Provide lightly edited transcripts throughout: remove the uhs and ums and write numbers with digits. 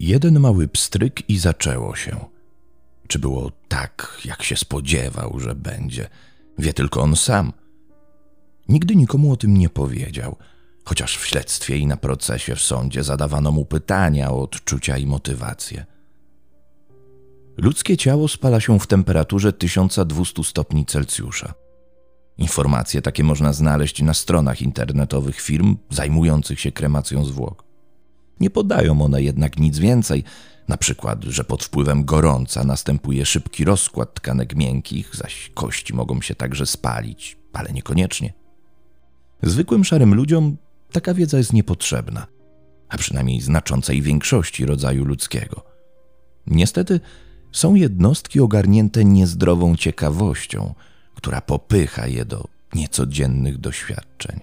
Jeden mały pstryk i zaczęło się. Czy było tak, jak się spodziewał, że będzie? Wie tylko on sam. Nigdy nikomu o tym nie powiedział, chociaż w śledztwie i na procesie w sądzie zadawano mu pytania o odczucia i motywację. Ludzkie ciało spala się w temperaturze 1200 stopni Celsjusza. Informacje takie można znaleźć na stronach internetowych firm zajmujących się kremacją zwłok. Nie podają one jednak nic więcej, na przykład, że pod wpływem gorąca następuje szybki rozkład tkanek miękkich, zaś kości mogą się także spalić, ale niekoniecznie. Zwykłym szarym ludziom taka wiedza jest niepotrzebna, a przynajmniej znaczącej większości rodzaju ludzkiego. Niestety są jednostki ogarnięte niezdrową ciekawością, która popycha je do niecodziennych doświadczeń.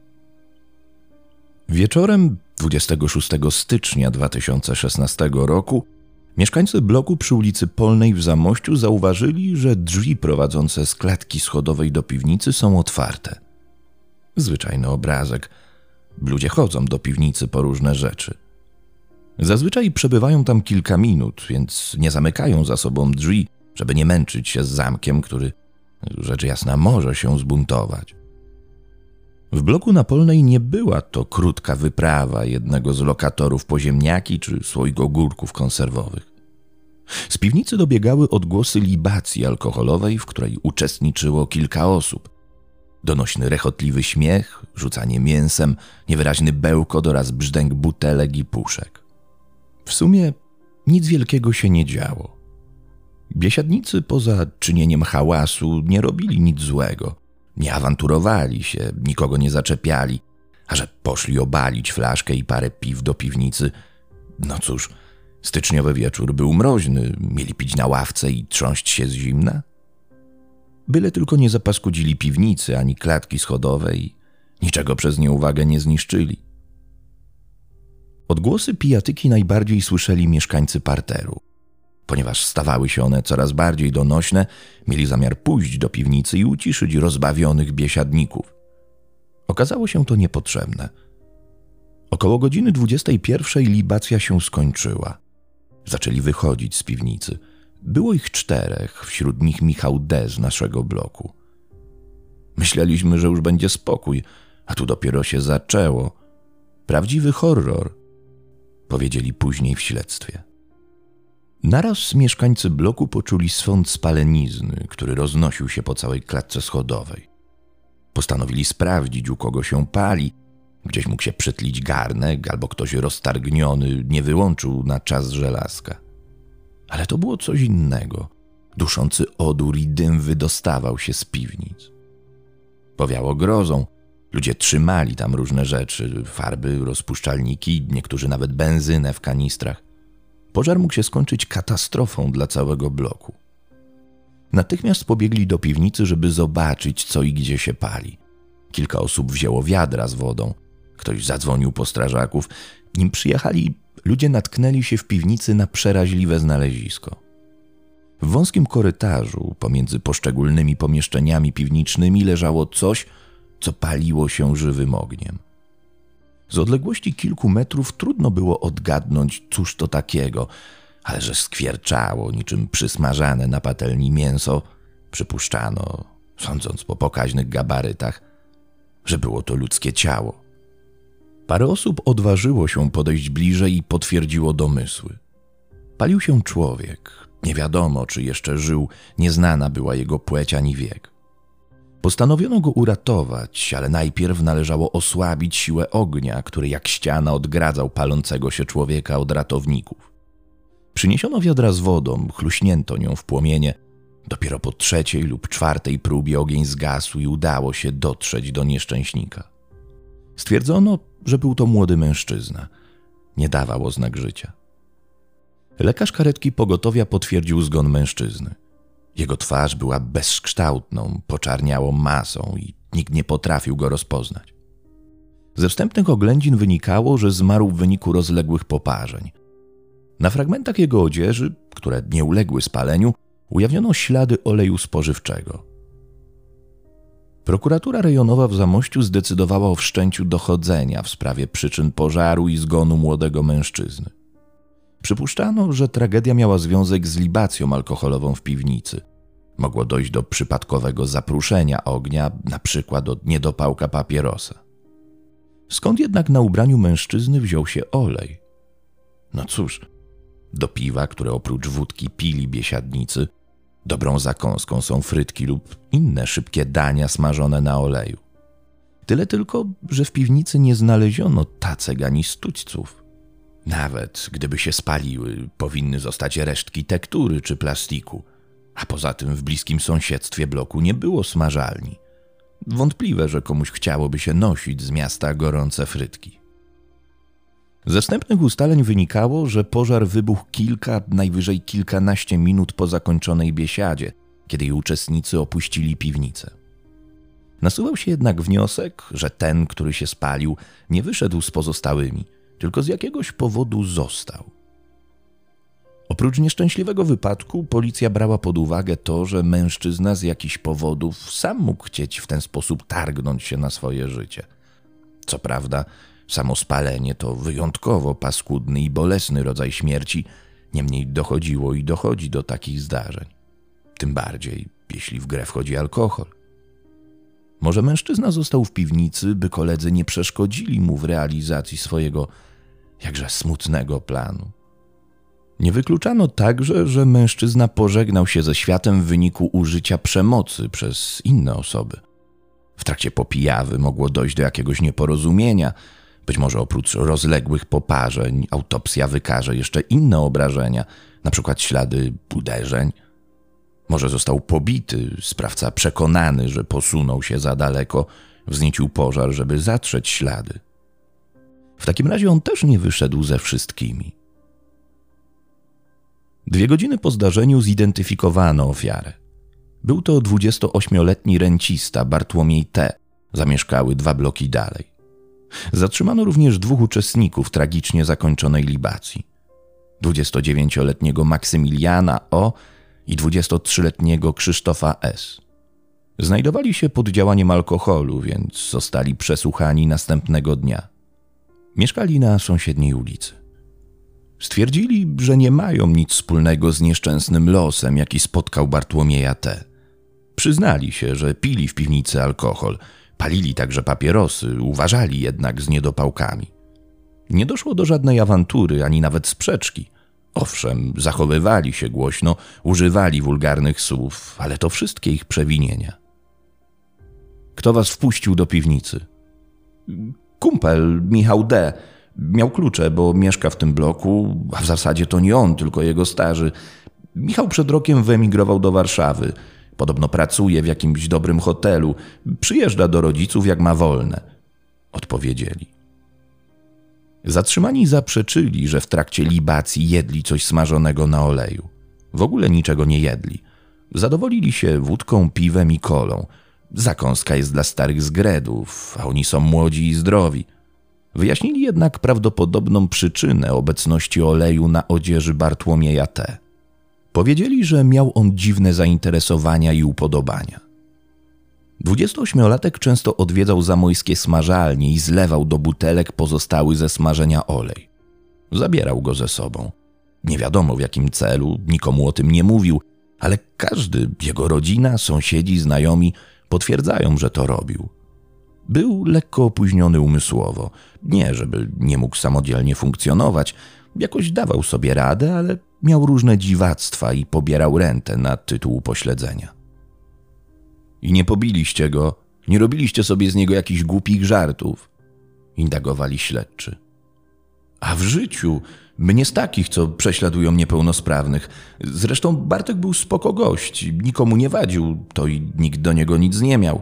Wieczorem 26 stycznia 2016 roku mieszkańcy bloku przy ulicy Polnej w Zamościu zauważyli, że drzwi prowadzące z klatki schodowej do piwnicy są otwarte. Zwyczajny obrazek. Ludzie chodzą do piwnicy po różne rzeczy. Zazwyczaj przebywają tam kilka minut, więc nie zamykają za sobą drzwi, żeby nie męczyć się z zamkiem, który, rzecz jasna, może się zbuntować. W bloku na Polnej nie była to krótka wyprawa jednego z lokatorów po ziemniaki czy słoik ogórków konserwowych. Z piwnicy dobiegały odgłosy libacji alkoholowej, w której uczestniczyło kilka osób. Donośny rechotliwy śmiech, rzucanie mięsem, niewyraźny bełkot oraz brzdęk butelek i puszek. W sumie nic wielkiego się nie działo. Biesiadnicy poza czynieniem hałasu nie robili nic złego. Nie awanturowali się, nikogo nie zaczepiali, a że poszli obalić flaszkę i parę piw do piwnicy. No cóż, styczniowy wieczór był mroźny, mieli pić na ławce i trząść się z zimna. Byle tylko nie zapaskudzili piwnicy ani klatki schodowej, niczego przez nieuwagę nie zniszczyli. Odgłosy pijatyki najbardziej słyszeli mieszkańcy parteru. Ponieważ stawały się one coraz bardziej donośne, mieli zamiar pójść do piwnicy i uciszyć rozbawionych biesiadników. Okazało się to niepotrzebne. Około godziny 21 libacja się skończyła. Zaczęli wychodzić z piwnicy. Było ich 4, wśród nich Michał D. z naszego bloku. Myśleliśmy, że już będzie spokój, a tu dopiero się zaczęło. Prawdziwy horror, powiedzieli później w śledztwie. Naraz mieszkańcy bloku poczuli swąd spalenizny, który roznosił się po całej klatce schodowej. Postanowili sprawdzić, u kogo się pali. Gdzieś mógł się przytlić garnek, albo ktoś roztargniony nie wyłączył na czas żelazka. Ale to było coś innego. Duszący odór i dym wydostawał się z piwnic. Powiało grozą. Ludzie trzymali tam różne rzeczy, farby, rozpuszczalniki, niektórzy nawet benzynę w kanistrach. Pożar mógł się skończyć katastrofą dla całego bloku. Natychmiast pobiegli do piwnicy, żeby zobaczyć, co i gdzie się pali. Kilka osób wzięło wiadra z wodą. Ktoś zadzwonił po strażaków. Nim przyjechali, ludzie natknęli się w piwnicy na przeraźliwe znalezisko. W wąskim korytarzu pomiędzy poszczególnymi pomieszczeniami piwnicznymi leżało coś, co paliło się żywym ogniem. Z odległości kilku metrów trudno było odgadnąć, cóż to takiego, ale że skwierczało niczym przysmażane na patelni mięso, przypuszczano, sądząc po pokaźnych gabarytach, że było to ludzkie ciało. Parę osób odważyło się podejść bliżej i potwierdziło domysły. Palił się człowiek, nie wiadomo, czy jeszcze żył, nieznana była jego płeć ani wiek. Postanowiono go uratować, ale najpierw należało osłabić siłę ognia, który jak ściana odgradzał palącego się człowieka od ratowników. Przyniesiono wiadra z wodą, chluśnięto nią w płomienie. Dopiero po 3. lub 4. próbie ogień zgasł i udało się dotrzeć do nieszczęśnika. Stwierdzono, że był to młody mężczyzna. Nie dawał oznak życia. Lekarz karetki pogotowia potwierdził zgon mężczyzny. Jego twarz była bezkształtną, poczarniałą masą i nikt nie potrafił go rozpoznać. Ze wstępnych oględzin wynikało, że zmarł w wyniku rozległych poparzeń. Na fragmentach jego odzieży, które nie uległy spaleniu, ujawniono ślady oleju spożywczego. Prokuratura rejonowa w Zamościu zdecydowała o wszczęciu dochodzenia w sprawie przyczyn pożaru i zgonu młodego mężczyzny. Przypuszczano, że tragedia miała związek z libacją alkoholową w piwnicy. Mogło dojść do przypadkowego zapruszenia ognia, na przykład od niedopałka papierosa. Skąd jednak na ubraniu mężczyzny wziął się olej? No cóż, do piwa, które oprócz wódki pili biesiadnicy, dobrą zakąską są frytki lub inne szybkie dania smażone na oleju. Tyle tylko, że w piwnicy nie znaleziono tacek ani stućców. Nawet gdyby się spaliły, powinny zostać resztki tektury czy plastiku, a poza tym w bliskim sąsiedztwie bloku nie było smażalni. Wątpliwe, że komuś chciałoby się nosić z miasta gorące frytki. Ze wstępnych ustaleń wynikało, że pożar wybuchł kilka, najwyżej kilkanaście minut po zakończonej biesiadzie, kiedy jej uczestnicy opuścili piwnicę. Nasuwał się jednak wniosek, że ten, który się spalił, nie wyszedł z pozostałymi, tylko z jakiegoś powodu został. Oprócz nieszczęśliwego wypadku, policja brała pod uwagę to, że mężczyzna z jakichś powodów sam mógł chcieć w ten sposób targnąć się na swoje życie. Co prawda, samo spalenie to wyjątkowo paskudny i bolesny rodzaj śmierci, niemniej dochodziło i dochodzi do takich zdarzeń. Tym bardziej, jeśli w grę wchodzi alkohol. Może mężczyzna został w piwnicy, by koledzy nie przeszkodzili mu w realizacji swojego jakże smutnego planu. Nie wykluczano także, że mężczyzna pożegnał się ze światem w wyniku użycia przemocy przez inne osoby. W trakcie popijawy mogło dojść do jakiegoś nieporozumienia. Być może oprócz rozległych poparzeń autopsja wykaże jeszcze inne obrażenia, na przykład ślady uderzeń. Może został pobity, sprawca przekonany, że posunął się za daleko, wzniecił pożar, żeby zatrzeć ślady. W takim razie on też nie wyszedł ze wszystkimi. 2 godziny po zdarzeniu zidentyfikowano ofiarę. Był to 28-letni rencista Bartłomiej T., zamieszkały 2 bloki dalej. Zatrzymano również 2 uczestników tragicznie zakończonej libacji. 29-letniego Maksymiliana O. i 23-letniego Krzysztofa S. Znajdowali się pod działaniem alkoholu, więc zostali przesłuchani następnego dnia. Mieszkali na sąsiedniej ulicy. Stwierdzili, że nie mają nic wspólnego z nieszczęsnym losem, jaki spotkał Bartłomieja T. Przyznali się, że pili w piwnicy alkohol, palili także papierosy, uważali jednak z niedopałkami. Nie doszło do żadnej awantury, ani nawet sprzeczki. Owszem, zachowywali się głośno, używali wulgarnych słów, ale to wszystkie ich przewinienia. Kto was wpuścił do piwnicy? Kumpel, Michał D. Miał klucze, bo mieszka w tym bloku, a w zasadzie to nie on, tylko jego starzy. Michał przed rokiem wyemigrował do Warszawy. Podobno pracuje w jakimś dobrym hotelu. Przyjeżdża do rodziców, jak ma wolne. Odpowiedzieli. Zatrzymani zaprzeczyli, że w trakcie libacji jedli coś smażonego na oleju. W ogóle niczego nie jedli. Zadowolili się wódką, piwem i kolą. Zakąska jest dla starych zgredów, a oni są młodzi i zdrowi. Wyjaśnili jednak prawdopodobną przyczynę obecności oleju na odzieży Bartłomieja T. Powiedzieli, że miał on dziwne zainteresowania i upodobania. 28-latek często odwiedzał zamojskie smażalnie i zlewał do butelek pozostały ze smażenia olej. Zabierał go ze sobą. Nie wiadomo w jakim celu, nikomu o tym nie mówił, ale każdy, jego rodzina, sąsiedzi, znajomi potwierdzają, że to robił. Był lekko opóźniony umysłowo. Nie, żeby nie mógł samodzielnie funkcjonować. Jakoś dawał sobie radę, ale miał różne dziwactwa i pobierał rentę na tytuł upośledzenia. I nie pobiliście go, nie robiliście sobie z niego jakichś głupich żartów, indagowali śledczy. A w życiu, mnie z takich, co prześladują niepełnosprawnych. Zresztą Bartek był spoko gość, nikomu nie wadził, to i nikt do niego nic nie miał.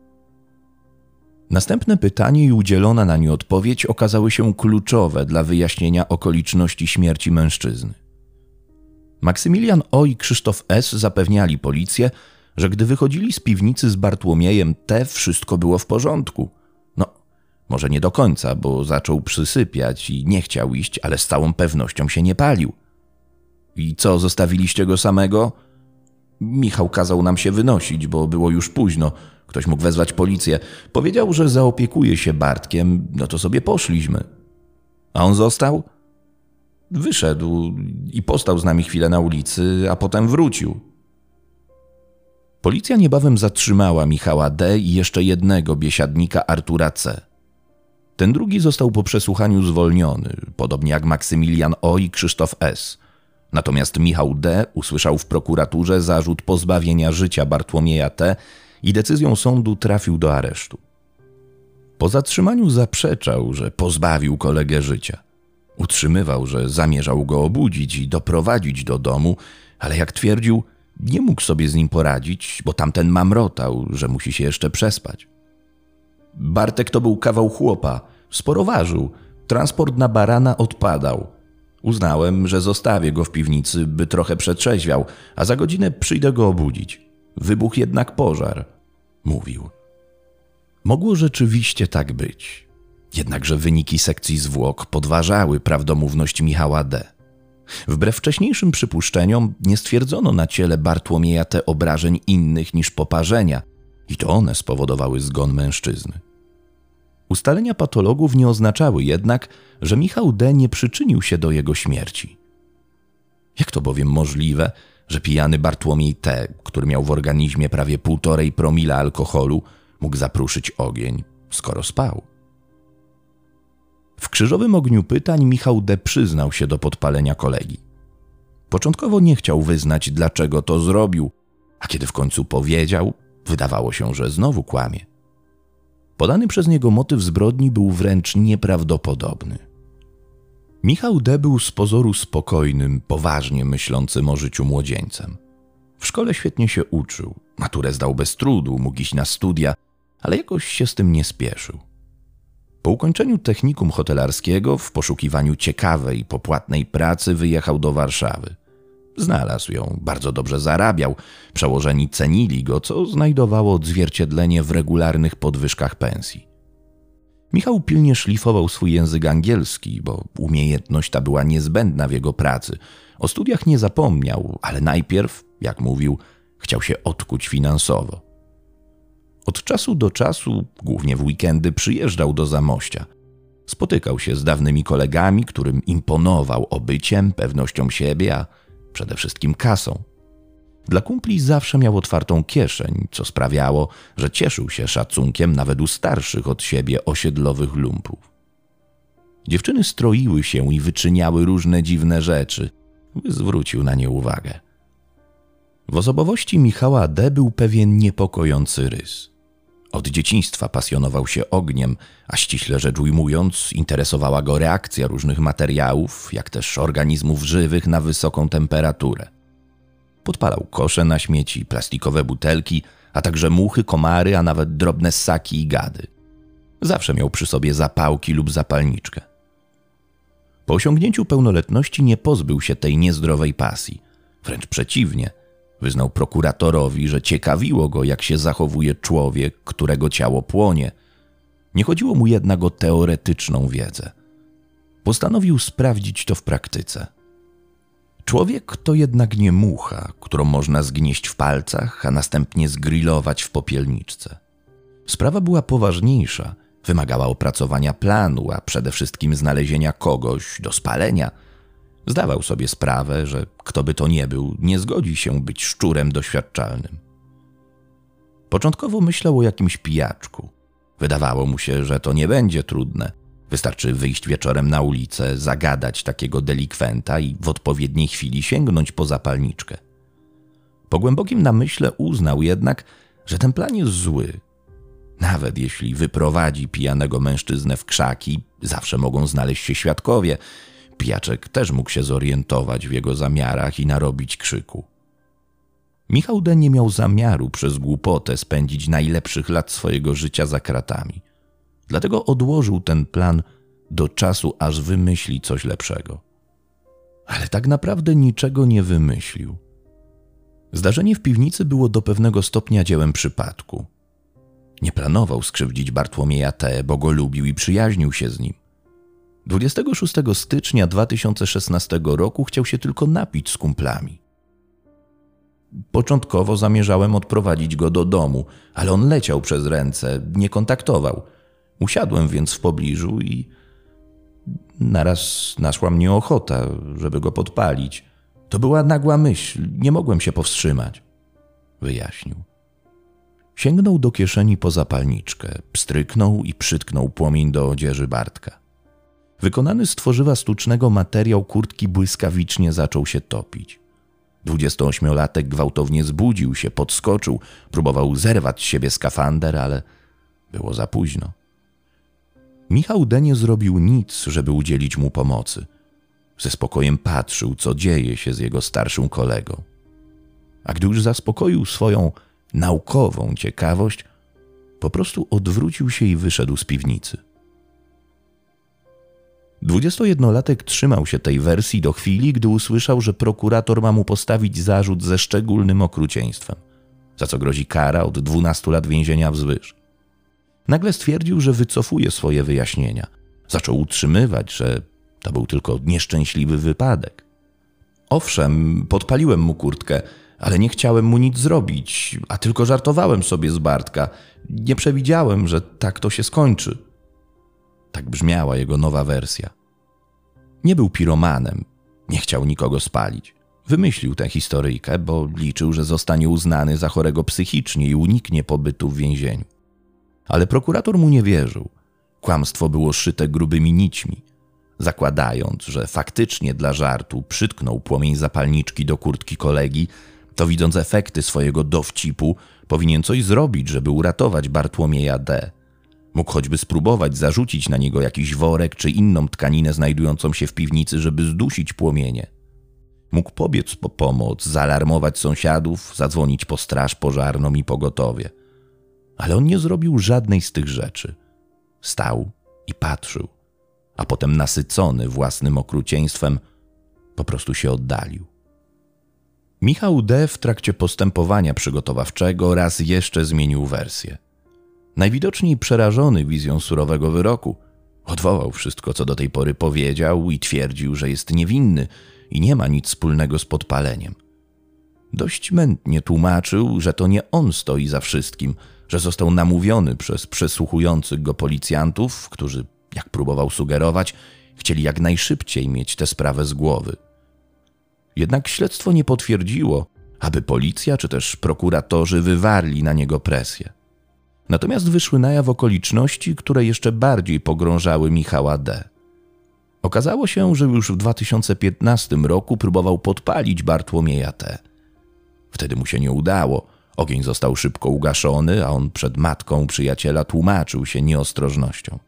Następne pytanie i udzielona na nie odpowiedź okazały się kluczowe dla wyjaśnienia okoliczności śmierci mężczyzny. Maksymilian O. i Krzysztof S. zapewniali policję, że gdy wychodzili z piwnicy z Bartłomiejem T., wszystko było w porządku. No, może nie do końca, bo zaczął przysypiać i nie chciał iść, ale z całą pewnością się nie palił. I co, zostawiliście go samego? Michał kazał nam się wynosić, bo było już późno. Ktoś mógł wezwać policję. Powiedział, że zaopiekuje się Bartkiem, no to sobie poszliśmy. A on został? Wyszedł i postał z nami chwilę na ulicy, a potem wrócił. Policja niebawem zatrzymała Michała D. i jeszcze jednego biesiadnika, Artura C. Ten drugi został po przesłuchaniu zwolniony, podobnie jak Maksymilian O. i Krzysztof S. Natomiast Michał D. usłyszał w prokuraturze zarzut pozbawienia życia Bartłomieja T. i decyzją sądu trafił do aresztu. Po zatrzymaniu zaprzeczał, że pozbawił kolegę życia. Utrzymywał, że zamierzał go obudzić i doprowadzić do domu, ale jak twierdził, nie mógł sobie z nim poradzić, bo tamten mamrotał, że musi się jeszcze przespać. Bartek to był kawał chłopa, sporo ważył, transport na barana odpadał. Uznałem, że zostawię go w piwnicy, by trochę przetrzeźwiał, a za godzinę przyjdę go obudzić. Wybuchł jednak pożar, mówił. Mogło rzeczywiście tak być. Jednakże wyniki sekcji zwłok podważały prawdomówność Michała D. Wbrew wcześniejszym przypuszczeniom nie stwierdzono na ciele Bartłomieja T. obrażeń innych niż poparzenia i to one spowodowały zgon mężczyzny. Ustalenia patologów nie oznaczały jednak, że Michał D. nie przyczynił się do jego śmierci. Jak to bowiem możliwe, że pijany Bartłomiej T., który miał w organizmie prawie 1,5 promila alkoholu, mógł zapruszyć ogień, skoro spał? W krzyżowym ogniu pytań Michał D. przyznał się do podpalenia kolegi. Początkowo nie chciał wyznać, dlaczego to zrobił, a kiedy w końcu powiedział, wydawało się, że znowu kłamie. Podany przez niego motyw zbrodni był wręcz nieprawdopodobny. Michał D. był z pozoru spokojnym, poważnie myślącym o życiu młodzieńcem. W szkole świetnie się uczył, maturę zdał bez trudu, mógł iść na studia, ale jakoś się z tym nie spieszył. Po ukończeniu technikum hotelarskiego w poszukiwaniu ciekawej, popłatnej pracy wyjechał do Warszawy. Znalazł ją, bardzo dobrze zarabiał, przełożeni cenili go, co znajdowało odzwierciedlenie w regularnych podwyżkach pensji. Michał pilnie szlifował swój język angielski, bo umiejętność ta była niezbędna w jego pracy. O studiach nie zapomniał, ale najpierw, jak mówił, chciał się odkuć finansowo. Od czasu do czasu, głównie w weekendy, przyjeżdżał do Zamościa. Spotykał się z dawnymi kolegami, którym imponował obyciem, pewnością siebie, a przede wszystkim kasą. Dla kumpli zawsze miał otwartą kieszeń, co sprawiało, że cieszył się szacunkiem nawet u starszych od siebie osiedlowych lumpów. Dziewczyny stroiły się i wyczyniały różne dziwne rzeczy, by zwrócił na nie uwagę. W osobowości Michała D. był pewien niepokojący rys. Od dzieciństwa pasjonował się ogniem, a ściśle rzecz ujmując, interesowała go reakcja różnych materiałów, jak też organizmów żywych na wysoką temperaturę. Podpalał kosze na śmieci, plastikowe butelki, a także muchy, komary, a nawet drobne ssaki i gady. Zawsze miał przy sobie zapałki lub zapalniczkę. Po osiągnięciu pełnoletności nie pozbył się tej niezdrowej pasji. Wręcz przeciwnie, wyznał prokuratorowi, że ciekawiło go, jak się zachowuje człowiek, którego ciało płonie. Nie chodziło mu jednak o teoretyczną wiedzę. Postanowił sprawdzić to w praktyce. Człowiek to jednak nie mucha, którą można zgnieść w palcach, a następnie zgrillować w popielniczce. Sprawa była poważniejsza, wymagała opracowania planu, a przede wszystkim znalezienia kogoś do spalenia. Zdawał sobie sprawę, że kto by to nie był, nie zgodzi się być szczurem doświadczalnym. Początkowo myślał o jakimś pijaczku. Wydawało mu się, że to nie będzie trudne. Wystarczy wyjść wieczorem na ulicę, zagadać takiego delikwenta i w odpowiedniej chwili sięgnąć po zapalniczkę. Po głębokim namyśle uznał jednak, że ten plan jest zły. Nawet jeśli wyprowadzi pijanego mężczyznę w krzaki, zawsze mogą znaleźć się świadkowie. Pijaczek też mógł się zorientować w jego zamiarach i narobić krzyku. Michał D. nie miał zamiaru przez głupotę spędzić najlepszych lat swojego życia za kratami. Dlatego odłożył ten plan do czasu, aż wymyśli coś lepszego. Ale tak naprawdę niczego nie wymyślił. Zdarzenie w piwnicy było do pewnego stopnia dziełem przypadku. Nie planował skrzywdzić Bartłomieja T., bo go lubił i przyjaźnił się z nim. 26 stycznia 2016 roku chciał się tylko napić z kumplami. Początkowo zamierzałem odprowadzić go do domu, ale on leciał przez ręce, nie kontaktował. Usiadłem więc w pobliżu i Naraz naszła mnie ochota, żeby go podpalić. To była nagła myśl, nie mogłem się powstrzymać, wyjaśnił. Sięgnął do kieszeni po zapalniczkę, pstryknął i przytknął płomień do odzieży Bartka. Wykonany z tworzywa sztucznego materiał kurtki błyskawicznie zaczął się topić. 28-latek gwałtownie zbudził się, podskoczył, próbował zerwać z siebie skafander, ale było za późno. Michał D. nie zrobił nic, żeby udzielić mu pomocy. Ze spokojem patrzył, co dzieje się z jego starszym kolegą. A gdy już zaspokoił swoją naukową ciekawość, po prostu odwrócił się i wyszedł z piwnicy. 21-latek trzymał się tej wersji do chwili, gdy usłyszał, że prokurator ma mu postawić zarzut ze szczególnym okrucieństwem, za co grozi kara od 12 lat więzienia wzwyż. Nagle stwierdził, że wycofuje swoje wyjaśnienia. Zaczął utrzymywać, że to był tylko nieszczęśliwy wypadek. Owszem, podpaliłem mu kurtkę, ale nie chciałem mu nic zrobić, a tylko żartowałem sobie z Bartka. Nie przewidziałem, że tak to się skończy. Tak brzmiała jego nowa wersja. Nie był piromanem, nie chciał nikogo spalić. Wymyślił tę historyjkę, bo liczył, że zostanie uznany za chorego psychicznie i uniknie pobytu w więzieniu. Ale prokurator mu nie wierzył. Kłamstwo było szyte grubymi nićmi. Zakładając, że faktycznie dla żartu przytknął płomień zapalniczki do kurtki kolegi, to widząc efekty swojego dowcipu, powinien coś zrobić, żeby uratować Bartłomieja D. Mógł choćby spróbować zarzucić na niego jakiś worek czy inną tkaninę znajdującą się w piwnicy, żeby zdusić płomienie. Mógł pobiec po pomoc, zaalarmować sąsiadów, zadzwonić po straż pożarną i pogotowie. Ale on nie zrobił żadnej z tych rzeczy. Stał i patrzył, a potem nasycony własnym okrucieństwem po prostu się oddalił. Michał D. w trakcie postępowania przygotowawczego raz jeszcze zmienił wersję. Najwidoczniej przerażony wizją surowego wyroku, odwołał wszystko, co do tej pory powiedział i twierdził, że jest niewinny i nie ma nic wspólnego z podpaleniem. Dość mętnie tłumaczył, że to nie on stoi za wszystkim, że został namówiony przez przesłuchujących go policjantów, którzy, jak próbował sugerować, chcieli jak najszybciej mieć tę sprawę z głowy. Jednak śledztwo nie potwierdziło, aby policja czy też prokuratorzy wywarli na niego presję. Natomiast wyszły na jaw okoliczności, które jeszcze bardziej pogrążały Michała D. Okazało się, że już w 2015 roku próbował podpalić Bartłomieja T. Wtedy mu się nie udało. Ogień został szybko ugaszony, a on przed matką przyjaciela tłumaczył się nieostrożnością.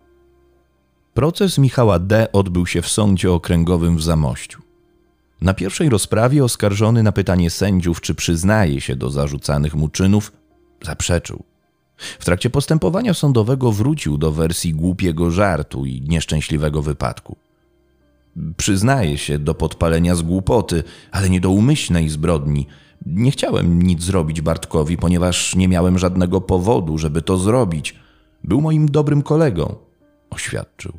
Proces Michała D. odbył się w sądzie okręgowym w Zamościu. Na pierwszej rozprawie oskarżony na pytanie sędziów, czy przyznaje się do zarzucanych mu czynów, zaprzeczył. W trakcie postępowania sądowego wrócił do wersji głupiego żartu i nieszczęśliwego wypadku. Przyznaję się do podpalenia z głupoty, ale nie do umyślnej zbrodni. Nie chciałem nic zrobić Bartkowi, ponieważ nie miałem żadnego powodu, żeby to zrobić. Był moim dobrym kolegą, oświadczył.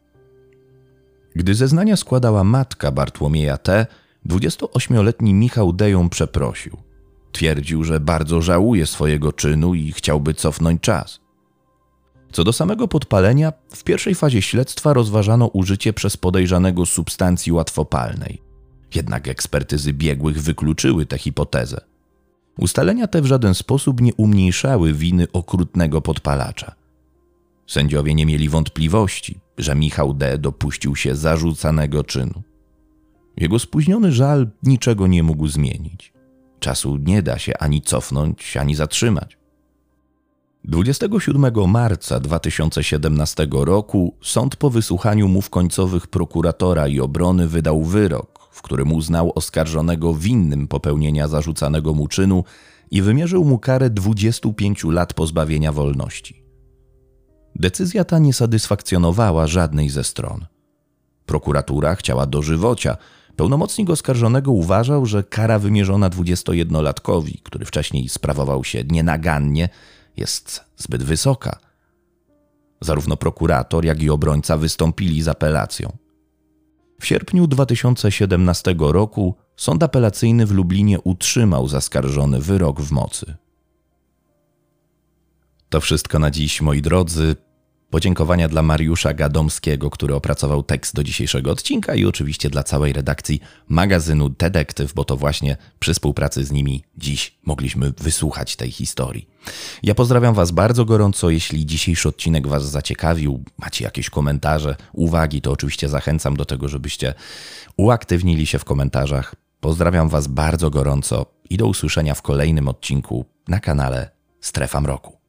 Gdy zeznania składała matka Bartłomieja T., 28-letni Michał D. ją przeprosił. Twierdził, że bardzo żałuje swojego czynu i chciałby cofnąć czas. Co do samego podpalenia, w pierwszej fazie śledztwa rozważano użycie przez podejrzanego substancji łatwopalnej. Jednak ekspertyzy biegłych wykluczyły tę hipotezę. Ustalenia te w żaden sposób nie umniejszały winy okrutnego podpalacza. Sędziowie nie mieli wątpliwości, że Michał D. dopuścił się zarzucanego czynu. Jego spóźniony żal niczego nie mógł zmienić. Czasu nie da się ani cofnąć, ani zatrzymać. 27 marca 2017 roku sąd po wysłuchaniu mów końcowych prokuratora i obrony wydał wyrok, w którym uznał oskarżonego winnym popełnienia zarzucanego mu czynu i wymierzył mu karę 25 lat pozbawienia wolności. Decyzja ta nie satysfakcjonowała żadnej ze stron. Prokuratura chciała dożywocia. Pełnomocnik oskarżonego uważał, że kara wymierzona 21-latkowi, który wcześniej sprawował się nienagannie, jest zbyt wysoka. Zarówno prokurator, jak i obrońca wystąpili z apelacją. W sierpniu 2017 roku sąd apelacyjny w Lublinie utrzymał zaskarżony wyrok w mocy. To wszystko na dziś, moi drodzy. Podziękowania dla Mariusza Gadomskiego, który opracował tekst do dzisiejszego odcinka i oczywiście dla całej redakcji magazynu Detektyw, bo to właśnie przy współpracy z nimi dziś mogliśmy wysłuchać tej historii. Ja pozdrawiam Was bardzo gorąco. Jeśli dzisiejszy odcinek Was zaciekawił, macie jakieś komentarze, uwagi, to oczywiście zachęcam do tego, żebyście uaktywnili się w komentarzach. Pozdrawiam Was bardzo gorąco i do usłyszenia w kolejnym odcinku na kanale Strefa Mroku.